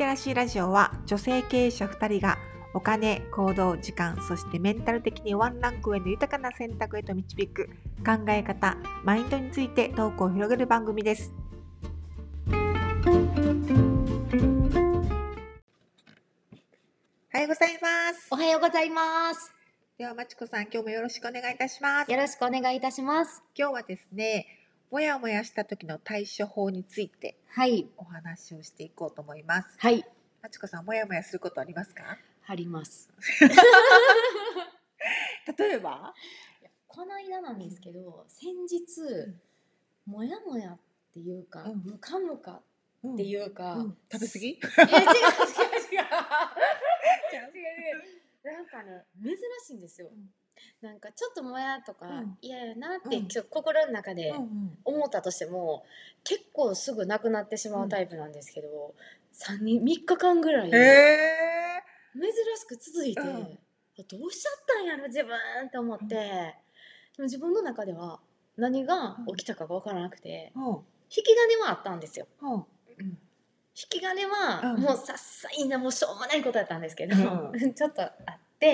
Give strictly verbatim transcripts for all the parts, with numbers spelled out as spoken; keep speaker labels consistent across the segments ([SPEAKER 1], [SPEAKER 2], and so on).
[SPEAKER 1] らしいラジオは女性経営者ふたりがお金、行動、時間、そしてメンタル的にワンランク上の豊かな選択へと導く考え方、マインドについてトークを広げる番組です。おはようございます。
[SPEAKER 2] おはようございます。
[SPEAKER 1] ではまちこさん、今日もよろしくお願いいたします。
[SPEAKER 2] よろしくお願いいたします。
[SPEAKER 1] 今日はですね、もやもやした時の対処法について
[SPEAKER 2] はい
[SPEAKER 1] お話をしていこうと思います。
[SPEAKER 2] はい。
[SPEAKER 1] まちこさん、もやもやすることありますか？
[SPEAKER 2] あります。
[SPEAKER 1] 例えば
[SPEAKER 2] この間なんですけど、先日、うん、もやもやっていうか、うん、ムカムカっていうか、うんうん、
[SPEAKER 1] 食べ過ぎ？い
[SPEAKER 2] や違う違う違う違う違うなんかね、珍しいんですよ。なんかちょっともやとか嫌やなって、うん、心の中で思ったとしても、結構すぐなくなってしまうタイプなんですけど、うん、さんにんみっかかんぐらい珍しく続いて、うん、どうしちゃったんやろ自分って思って、うん、でも自分の中では何が起きたかが分からなくて、うん、引き金はあったんですよ、うんうん、引き金はもうさっさいな、もうしょうもないことやったんですけど、うん、ちょっとあって、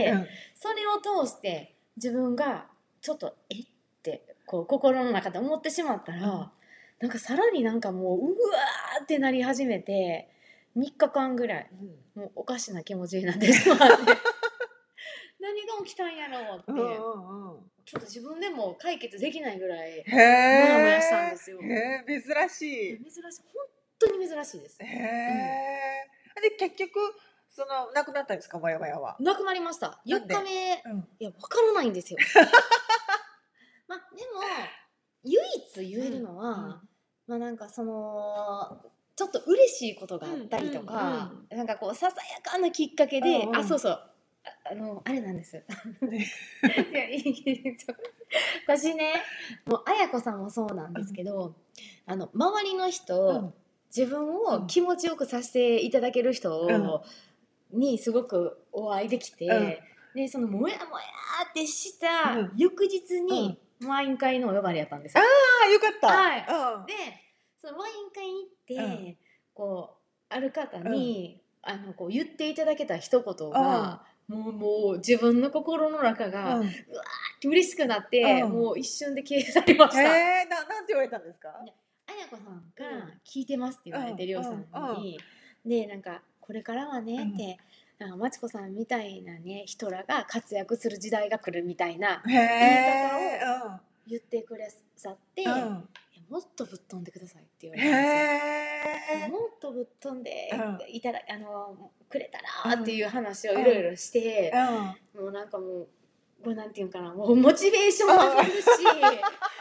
[SPEAKER 2] うん、それを通して自分がちょっとえってこう心の中で思ってしまったら、うん、なんかさらになんかもううわーってなり始めてみっかかんぐらい、うん、もうおかしな気持ちになってしまって何が起きたんやろうって、うんうんうん、ちょっと自分でも解決できないぐらいモヤモヤしたんですよ。
[SPEAKER 1] へー、珍しい。
[SPEAKER 2] 珍しい、本当に珍しいです。
[SPEAKER 1] へー、うん、で結局そのなくなったんですか？もやもやは。
[SPEAKER 2] なくなりました。よっかめ、うん、いや分からないんですよ。まあでも唯一言えるのは、うんうん、まあなんかそのちょっと嬉しいことがあったりとか、うんうん、なんかこうささやかなきっかけで、うんうん、あそうそうあ、あのあれなんです。いやいい私ね、もうあやこさんもそうなんですけど、うん、あの周りの人、うん、自分を気持ちよくさせていただける人を、うん、にすごくお会いできて、うん、でそのもやもやってした翌日に、うん、ワイン会のお呼ばれやったんですよ。
[SPEAKER 1] ああよかった。
[SPEAKER 2] はい。うん、でそのワイン会に行って、うん、こうある方に、うん、あのこう言っていただけた一言が、うん、もうもう自分の心の中が、うん、うわーって嬉しくなって、うん、もう一瞬で消え去りました。
[SPEAKER 1] えー、ななんて言われたんですか？
[SPEAKER 2] あやこさんから聞いてますって言われて、りょうさんに、うん、でなんかこれからはねって、なんかまちこさんみたいなね人らが活躍する時代が来るみたいな言い方を言ってくださって、うん、もっとぶっ飛んでくださいって言われたんですよ。もっとぶっ飛んでいただ、あのくれたらっていう話をいろいろして、うん、もうなんかもうこれなんていうかな、もうモチベーション上がるしもうモチベ上がる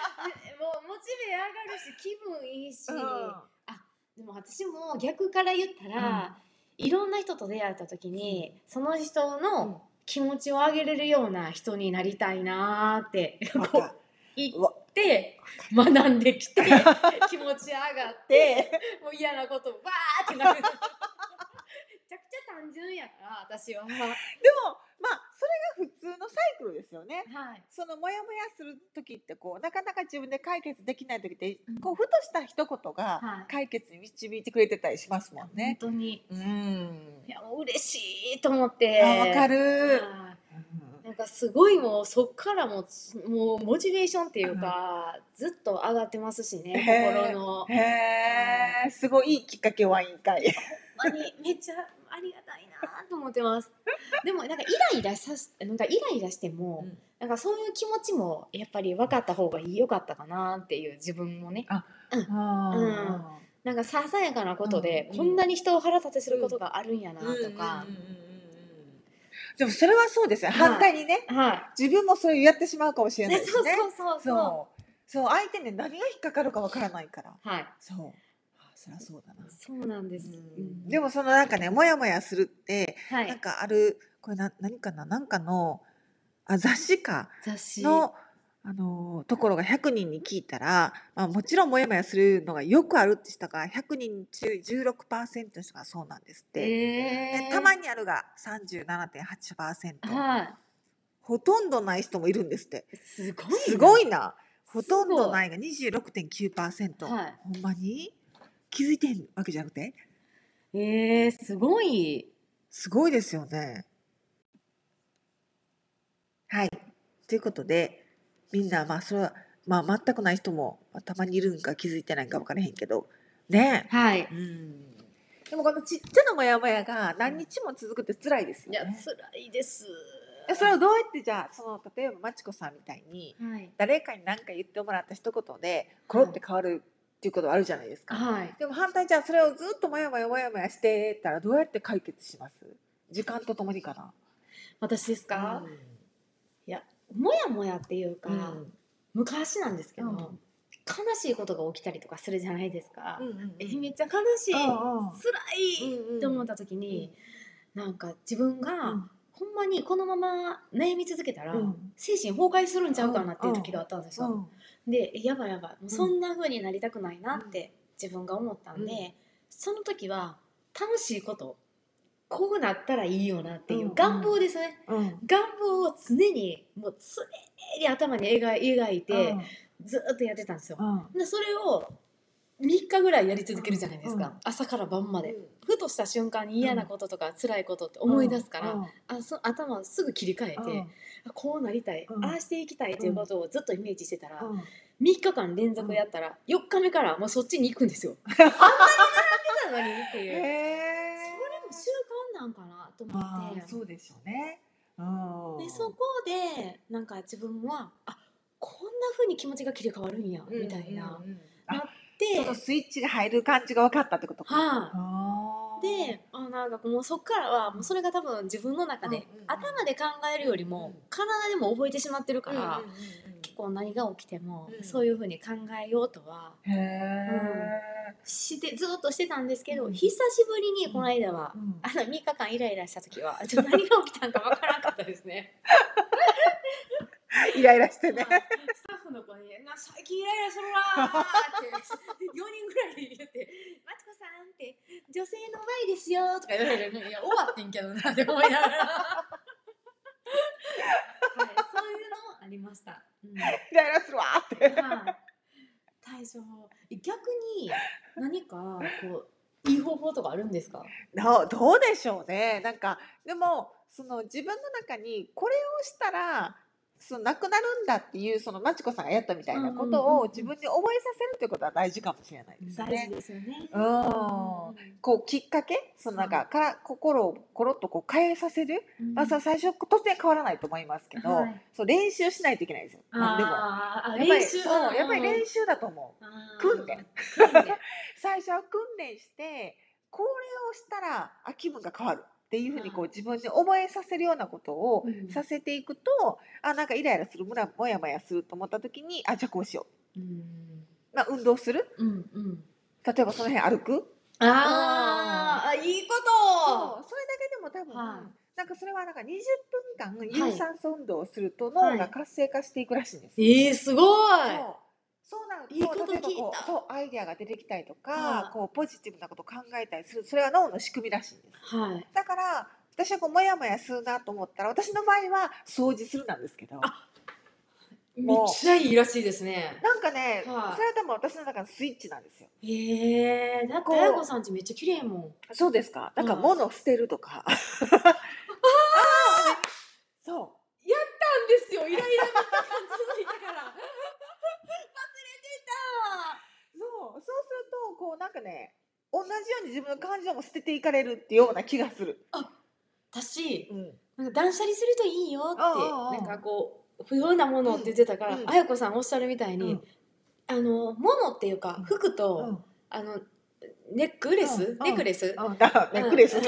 [SPEAKER 2] し気分いいし、うん、あでも私も逆から言ったら、うん、いろんな人と出会った時に、うん、その人の気持ちを上げれるような人になりたいなって、うん、こう言って学んできて気持ち上がってもう嫌なことバーってなるめちゃくちゃ単純やから私は。でも
[SPEAKER 1] まあそれが普通のサイクルですよね、はい、そのモヤモヤする時ってこうなかなか自分で解決できない時って、うん、こうふとした一言が解決に導いてくれてたりしますもんね、
[SPEAKER 2] はい、本当に、
[SPEAKER 1] うん、
[SPEAKER 2] いやもう嬉しいと思って。
[SPEAKER 1] あ、わかる、
[SPEAKER 2] なんかすごいもうそっからもう、もうモチベーションっていうか、うん、ずっと上がってますしね、心の。
[SPEAKER 1] へー、すごいいいきっかけ、ワイン会。
[SPEAKER 2] ほんまにめっちゃありがたいなと思ってます。でもなんかイライラさしなんかイライラしても、うん、なんかそういう気持ちもやっぱり分かった方がいいよかったかなっていう自分もね。あ、うん、うん、なんかささやかなことで、うん、こんなに人を腹立てすることがあるんやなとか。
[SPEAKER 1] でもそれはそうですよ、はい、反対にね、はい、自分もそれをやってしまうかもしれないですね。
[SPEAKER 2] そうそうそうそう
[SPEAKER 1] そう、相手に何が引っかかるかわからないから。はい。そう。あ、そりゃそうだな。
[SPEAKER 2] そうなんです。
[SPEAKER 1] うん、でもそのなんかね、もやもやするって、はい、なんかあるこれな何かななんかのあ雑誌か雑誌のあのところがひゃくにんに聞いたら、まあ、もちろんもやもやするのがよくあるって人がひゃくにん中 じゅうろくパーセント の人がそうなんですって、えー、でたまにあるが さんじゅうななてんはちパーセント、はい、ほとんどない人もいるんですって。
[SPEAKER 2] すごいな。
[SPEAKER 1] すごいな。ほとんどないが にじゅうろくてんきゅうパーセント、はい、ほんまに気づいてんわけじゃなくて、
[SPEAKER 2] えー、すごい。
[SPEAKER 1] すごいですよね。はい。ということで、みんな、まあ、それは、まあ、全くない人も、まあ、たまにいるんか気づいてないんか分からへんけど、ね。
[SPEAKER 2] はい。
[SPEAKER 1] うん。でも、このちっちゃなモヤモヤが何日も続くって辛いですよね。
[SPEAKER 2] いや、辛いです。
[SPEAKER 1] それをどうやってじゃあ、その例えばまちこさんみたいに、はい、誰かに何か言ってもらった一言でコロって変わるっていうことあるじゃないですか。はい、でも反対じゃあそれをずっとモヤモヤモヤモヤしてたらどうやって解決します？時間とともにかな。
[SPEAKER 2] 私ですか？うん、いや、モヤモヤっていうか、うん、昔なんですけど、うん、悲しいことが起きたりとかするじゃないですか。うんうんうん、えめっちゃ悲しい、うんうん、辛いって思った時に、うんうん、なんか自分が、うんほんまにこのまま悩み続けたら、うん、精神崩壊するんちゃうかなっていう時があったんですよ。うん、でやばいやばいもうそんな風になりたくないなって自分が思ったんで、うん、その時は楽しいことこうなったらいいよなっていう願望ですね、うん、願望を常にもう常に頭に描い描いて、うん、ずっとやってたんですよ。うん、でそれをみっかぐらいやり続けるじゃないですか、うん、朝から晩まで、うん、ふとした瞬間に嫌なこととか辛いことって思い出すから、うん、あそ頭をすぐ切り替えて、うん、こうなりたい、うん、ああしていきたいということをずっとイメージしてたら、うん、みっかかん連続やったらよっかめからもうそっちに行くんですよ、うん、あんなに習ってたのにっていうそれも習慣なんかなと思って。
[SPEAKER 1] そうでしょうね。
[SPEAKER 2] でそこでなんか自分はあこんな風に気持ちが切り替わるんや、うん、みたいな、うんうん、なって
[SPEAKER 1] そのスイッチが入る感じが分かったってことか。
[SPEAKER 2] はあ、であなんかもうそっからはもうそれが多分自分の中で、うんうんうん、頭で考えるよりも、うんうん、体でも覚えてしまってるから、うんうんうんうん、結構何が起きても、うん、そういう風に考えようとは、へー、うん、してずっとしてたんですけど、うん、久しぶりにこの間は、うん、あのみっかかんイライラした時はちょっと何が起きたんかわからなかったですね
[SPEAKER 1] イライラしてね、まあ、
[SPEAKER 2] スタッフの子に「な最近イライラするわ」ってよにんぐらい言って「マツコさんって女性の前ですよ」とか言われるいや終わってんけどなって思いながらはい、そういうのもありました、
[SPEAKER 1] うん、イライラするわって、
[SPEAKER 2] はい、対処逆に何かこういい方法とかあるんですか？
[SPEAKER 1] どう、どうでしょうね。なんかでもその自分の中にこれをしたらそのなくなるんだっていうそのまちこさんがやったみたいなことを自分に覚えさせるということは大事かもしれないですね。
[SPEAKER 2] 大事ですよね。
[SPEAKER 1] うん、こうきっかけそのなんかから心をコロッとこう変えさせる、うん、まあさ最初突然変わらないと思いますけど、はい、そう練習しないといけないですよ。何でもやっぱり練習そうやっぱり練習だと思う。訓練最初は訓練してこれをしたらあ気分が変わる。っていうふうにこう自分に覚えさせるようなことをさせていくと、うん、あなんかイライラするもやもやすると思った時にあじゃあこうしよう、うんまあ、運動する、うんうん、例えばその辺歩く
[SPEAKER 2] ああいいこ
[SPEAKER 1] とそうそれだけでも多分、はあ、なんかそれはなんかにじゅっぷんかん有酸素運動をすると脳が活性化していくらしいんです、
[SPEAKER 2] はいはい、えー、すごい
[SPEAKER 1] そうそうなるといいこと聞いたそうアイデアが出てきたりとか、はあ、こうポジティブなことを考えたりするそれは脳の仕組みらしいんです、はい、だから私はこうモヤモヤするなと思ったら私の場合は掃除するなんですけどあ
[SPEAKER 2] めっちゃいいらしいですね
[SPEAKER 1] なんかね、はあ、それは多分私の中のスイッチなんですよ
[SPEAKER 2] へえー、だってあやこさんちめっちゃ綺麗もん
[SPEAKER 1] そうですかだから物を捨てるとか、はあ、あ
[SPEAKER 2] そうやったんですよイライラが続いたから
[SPEAKER 1] そう、そうするとこうなんかね同じように自分の感情も捨てていかれるっていうような気がする
[SPEAKER 2] あ私、うん、なんか断捨離するといいよってなんかこう不要なものって言ってたから、うん、あやこさんおっしゃるみたいに、うん、あの物っていうか服と、うん、あのネックレス、うん、ネックレス、
[SPEAKER 1] うん、ネックレス、
[SPEAKER 2] ネッ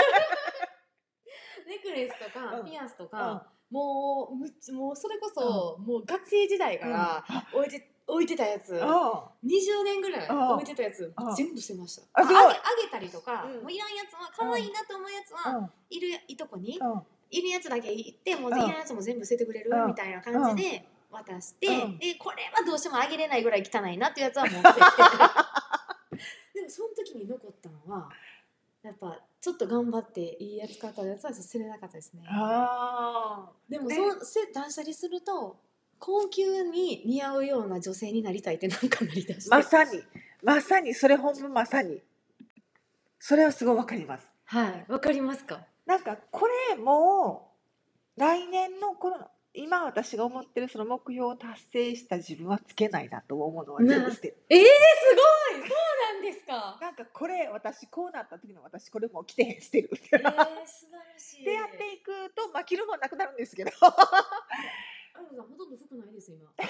[SPEAKER 2] クレスとか、ピアスとか、もうもうそれこそ、もう学生時代から置いて置いてたやつにじゅうねんぐらい置いてたやつ全部捨てましたあげ、あげたりとか、うん、もういらんやつは可愛いなと思うやつは、うん、いるいとこに、うん、いるやつだけ言ってもういらんやつも全部捨ててくれる、うん、みたいな感じで渡して、うん、でこれはどうしてもあげれないぐらい汚いなっていうやつはもう捨ててでもその時に残ったのはやっぱちょっと頑張っていいやつ買ったやつは捨てれなかったですねあでもそう断捨離すると高級に似合うような女性になりたいってなんかなりだして
[SPEAKER 1] まさにまさにそれほんままさにそれはすごいわかります。
[SPEAKER 2] はい、わかりますか。
[SPEAKER 1] なんかこれもう来年のこの今私が思ってるその目標を達成した自分はつけないなと思うのは全部捨てる。
[SPEAKER 2] えー、すごい、そうなんですか。
[SPEAKER 1] なんかこれ私こうなった時の私これもう着てへん捨てる。
[SPEAKER 2] えー、素晴らしい。
[SPEAKER 1] でやっていくとまあ着るものなくなるんですけど。
[SPEAKER 2] あるさんほとんど服ないです今。
[SPEAKER 1] そう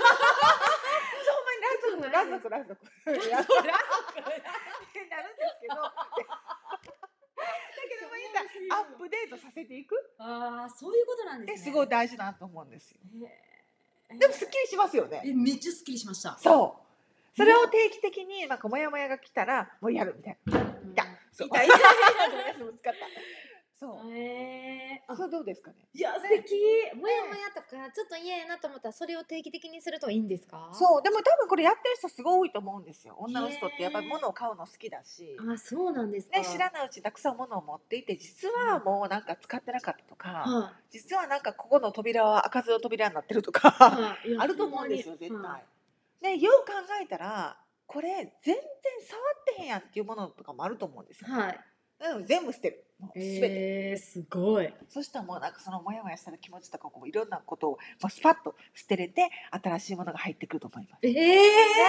[SPEAKER 1] ほんまに裸族裸族裸族。裸族なるんですけど。アップデートさせていく。
[SPEAKER 2] ああ、そういうことなんですね。
[SPEAKER 1] すごい大事だなと思うんですよ。でもすっきりしますよね。
[SPEAKER 2] え、めっちゃすっきりしました。
[SPEAKER 1] そう。それを定期的になんかモヤモヤが来たらもうやるみたいな。痛い。痛い。痛い。そう。ええ。そうどうですかね。
[SPEAKER 2] いや素敵。モヤモヤとかちょっと嫌やなと思ったらそれを定期的にするといいんですか。
[SPEAKER 1] そうでも多分これやってる人すごい多いと思うんですよ。女の人ってやっぱり物を買うの好きだし。
[SPEAKER 2] あ、そうなんですか。
[SPEAKER 1] ね、知らないうちにたくさん物を持っていて実はもうなんか使ってなかったとか、実はなんかここの扉は開かずの扉になってるとかあると思うんですよ絶対。ね、よく考えたらこれ全然触ってへんやんっていうものとかもあると思うんですよ。はい。うん、全部捨てる。すべて。
[SPEAKER 2] えー、すごい。
[SPEAKER 1] そしたらもうなんかそのモヤモヤした気持ちとかこういろんなことをもうスパッと捨てれて新しいものが入ってくると思います。ええー、ね、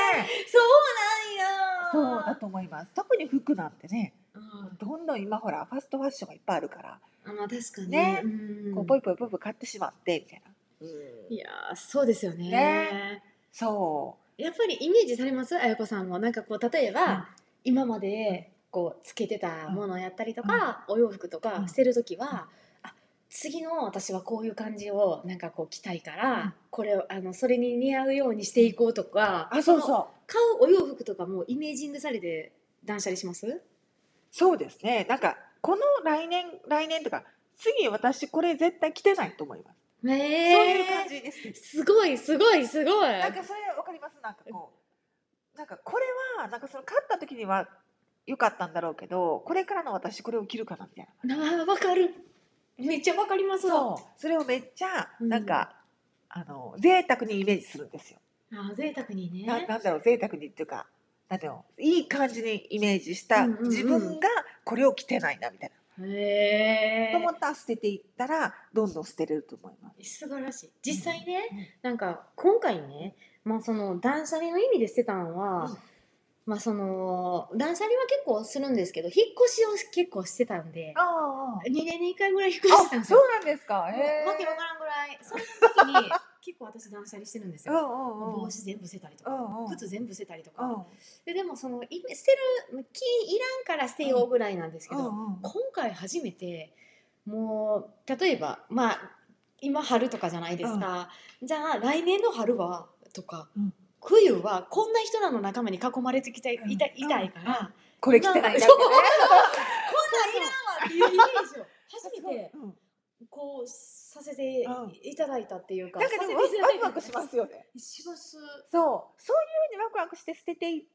[SPEAKER 1] そうなんや。そうだと思います。特に服なんてね、うん、どんどん今ほらファストファッションがいっぱいあるから。あ、まあ確かにね、うん、こうポイポイポイポイ買ってしまってみたいな。うん、いやそうですよね。ね、そう。やっぱりイメージされます？あやこさんもなんかこう例えば、うん、今までこうつけてたものやったりとか、うん、お洋服とかしてる時は、うん、あ、次の私はこういう感じをなんかこう着たいから、うん、これあのそれに似合うようにしていこうとか、あ、そうそう、買うお洋服とかもイメージングされて断捨離します？そうですね。なんかこの来年来年とか次私これ絶対着てないと思います。へー、そういう感じです。すごいすごいすごい。なんかそれわかります？なんかこうなんかこれはなんかその買った時には良かったんだろうけど、これからの私これを着るかなみたいな。あ、わかる。めっちゃわかります。そう。それをめっちゃなんか、うん、あの贅沢にイメージするんですよ。あ、贅沢にね。な、なんだろう、贅沢にっていうか、なんだろう、いい感じにイメージした、うんうんうん、自分がこれを着てないなみたいな。へー。と思ったら捨てていったらどんどん捨てれると思います。素晴らしい。実際ね、うんうん、なんか今回ね、まあその断捨離の意味で捨てたのは。うん、まあその断捨離は結構するんですけど、引っ越しを結構してたんで、あにねんにいっかいぐらい引っ越してたんですよ。そうなんですか。へえ。わけわからんぐらい、その時に結構私断捨離してるんですよ。帽子全部捨てたりとか、靴全部捨てたりとか。ででもその捨てる気いらんから捨てようぐらいなんですけど、今回初めてもう例えばまあ今春とかじゃないですか。じゃあ来年の春はとか。冬はこんな人らの仲間に囲まれてきたい、いたいたいから、うん、これ着てないんだってね。こんなんいらんわっていうイメージを初めてこうさせていただいたっていうか、なんかでもワクワクしますよね。します。そう、そういうふうにワクワクして捨てていって、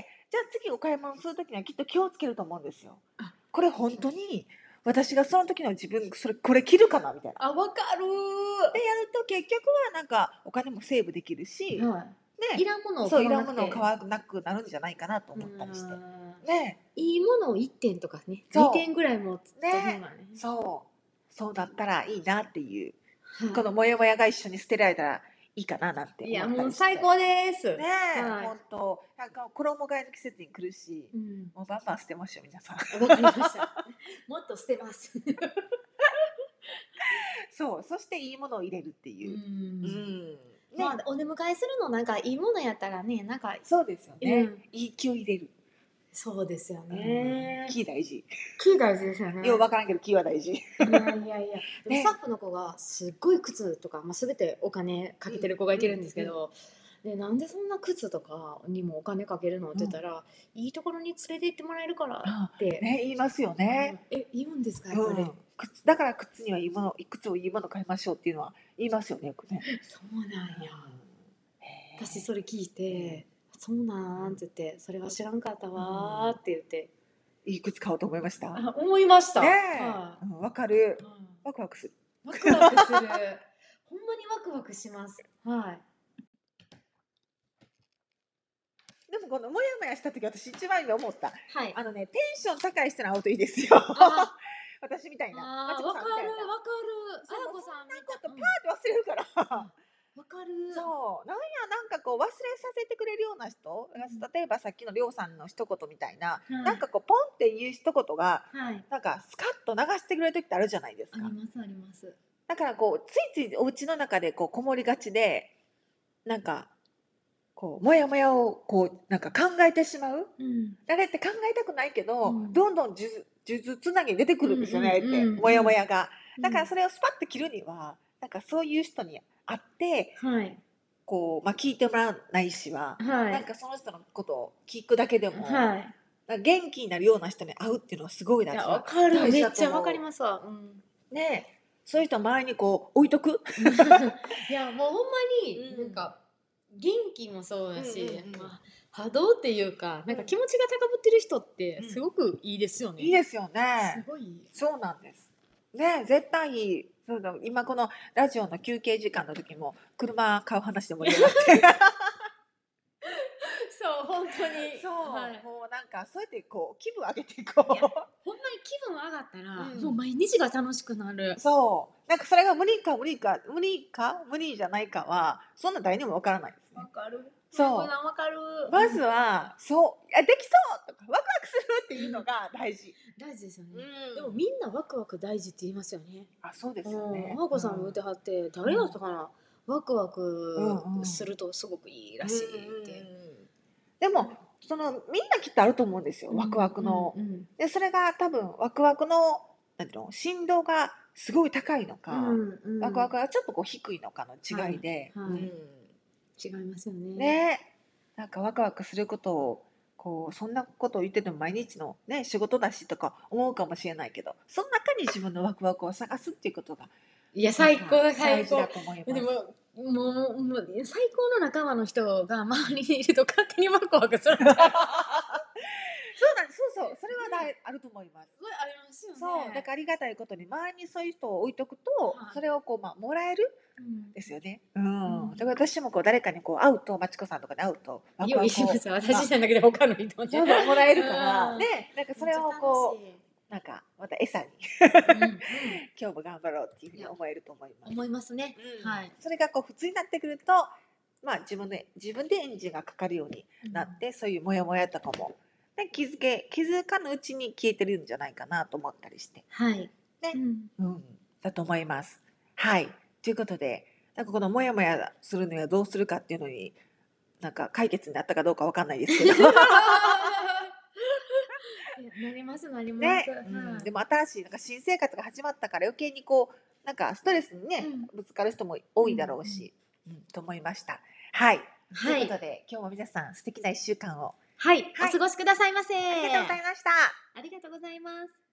[SPEAKER 1] じゃあ次お買い物するときにはきっと気をつけると思うんですよ。これ本当に私がその時の自分それこれ着るかなみたいな。あ、わかる。でやると結局はなんかお金もセーブできるし。はい、ね、いらんものを買わなくて、そういらんものを買わなくなるんじゃないかなと思ったりして、ね、いいものをいってんとかね、にてんぐらい持つとね、ね、そうそうだったらいいなっていう、はい、このモヤモヤが一緒に捨てられたらいいかななんて思ったりして。いやもう最高ですね。本当、はい、なんか衣替えの季節に来るし、うん、もうバンバン捨てましょう皆さん。わかりました。もっと捨てます。そう、そしていいものを入れるっていう。うん。うんね、まあ、お出迎えするのなんかいいものやったらね、なんかそうですよね、うん、いい気を入れる。そうですよね、うん、気大事。気大事ですよね。よう分からんけど気は大事。いやいやいや、ね、スタッフの子がすっごい靴とか、まあ、全てお金かけてる子がいてるんですけど、うんうんうん、でなんでそんな靴とかにもお金かけるのって言ったら、うん、いいところに連れて行ってもらえるからって、ね、言いますよね、うん、え言うんですかやっぱり、うん、靴だから靴にはいいもの、靴をいいもの買いましょうっていうのは言いますよねよくね。そうなんや、うん、私それ聞いて、そうなんって言って、それは知らんかったわって言って、うん、いい靴買おうと思いました。あ、思いましたねえ、はい、うん、分かる、うん、ワクワクする、ワクワクするほんまにワクワクします。はい。でもこのモヤモヤした時私一番今思った、
[SPEAKER 2] はい、
[SPEAKER 1] あのねテンション高い人に会うといいですよ。私みたいな、
[SPEAKER 2] あ、わかるわかる。あやこさんみたい
[SPEAKER 1] なことパーって忘れるから。
[SPEAKER 2] わかる。
[SPEAKER 1] そうなんや、なんかこう忘れさせてくれるような人、うん、例えばさっきのりょうさんの一言みたいな、はい、なんかこうポンっていう一言が、はい、なんかスカッと流してくれる時ってあるじゃないですか。
[SPEAKER 2] ありますあります。
[SPEAKER 1] だからこうついついお家の中でこうこもりがちで、なんかこうモヤモヤをこうなんか考えてしまう、うん、あれって考えたくないけど、うん、どんどん数珠つなぎ出てくるんですよね、あれってモヤモヤが。だからそれをスパッと切るにはなんかそういう人に会って、はい、こうまあ、聞いてもらわないしは、はい、なんかその人のことを聞くだけでも、はい、元気になるような人に会うっていうのはすごいな。
[SPEAKER 2] わかる、めっちゃわかりますわ、うん、
[SPEAKER 1] ねえ、そういう人周りにこう置いとく
[SPEAKER 2] いやもうほんまになんか、うん、元気もそうだし、うんうんうん、まあ、波動っていうかなんか気持ちが高ぶってる人ってすごくいいですよね、
[SPEAKER 1] うん、いいですよね。
[SPEAKER 2] すごい
[SPEAKER 1] そうなんですね、絶対いい。そうだ、今このラジオの休憩時間の時も車買う話で盛り上がって
[SPEAKER 2] そう本当に
[SPEAKER 1] そう、はい、もうなんかそうやってこう気分上げていこう。ほんまに
[SPEAKER 2] 気分上がったら、うん、もう毎日が楽しくなる。
[SPEAKER 1] そうなんかそれが無理か無理か無理か無理じゃないかはそんな誰にもわからないですね。
[SPEAKER 2] わかる。
[SPEAKER 1] そう
[SPEAKER 2] わかる。
[SPEAKER 1] まずはそうあできそうとかワクワクするっていうのが大事、
[SPEAKER 2] うん、大事ですよね、うん、でもみんなワクワク大事って言いますよね。
[SPEAKER 1] あ、そうですよね。
[SPEAKER 2] あーこさんも言ってはって、うん、誰だったかな、うん、ワクワクするとすごくいいらしいって、うんうん、
[SPEAKER 1] でもそのみんなきっとあると思うんですよ、ワクワクの、うんうんうん、でそれが多分ワクワクのなんていうの振動がすごい高いのか、うんうん、ワクワクがちょっとこう低いのかの違いで、
[SPEAKER 2] はいはい、うん、違いますよね。
[SPEAKER 1] ね、なんかワクワクすることをこうそんなことを言ってても毎日の、ね、仕事だしとか思うかもしれないけど、その中に自分のワクワクを探すっていうことが
[SPEAKER 2] いや最高だ最高
[SPEAKER 1] だと思います。
[SPEAKER 2] でももう、もう最高の仲間の人が周りにいると勝手にワクワクするそうなんです。
[SPEAKER 1] そうそう、それはだいあると思います。
[SPEAKER 2] すごいありますよね。
[SPEAKER 1] そうだからありがたいことに周りにそういう人を置いとくと、はい、それをこう、まあ、もらえる、うん、ですよね。うん。だから私もこう誰かにこう会うと、まちこさんとかに会うとワクワクを、
[SPEAKER 2] 私じゃなくて他の人に
[SPEAKER 1] そうそうもらえるからね、なんかそれをこうなんかまた餌にうん、うん、今日も頑張ろうっていうふうに思えると思います。
[SPEAKER 2] 思いますね。うん、はい。
[SPEAKER 1] それがこう普通になってくると、まあ自分で自分でエンジンがかかるようになって、うん、そういうモヤモヤとかも。気づけ気づかぬうちに消えてるんじゃないかなと思ったりして、
[SPEAKER 2] はい
[SPEAKER 1] ね、うんうん、だと思います。はいということで、なんかこのモヤモヤするにはどうするかっていうのになんか解決になったかどうかわかんないですけどな
[SPEAKER 2] りますなります、
[SPEAKER 1] ね、うん、でも新しいなんか新生活が始まったから余計にこうなんかストレスにね、うん、ぶつかる人も多いだろうし、うんうん、と思いました。はい、はい、ということで今日も皆さん素敵ないっしゅうかんを
[SPEAKER 2] はい、はい、お過ごしくださいませ。
[SPEAKER 1] ありがとうございました。
[SPEAKER 2] ありがとうございます。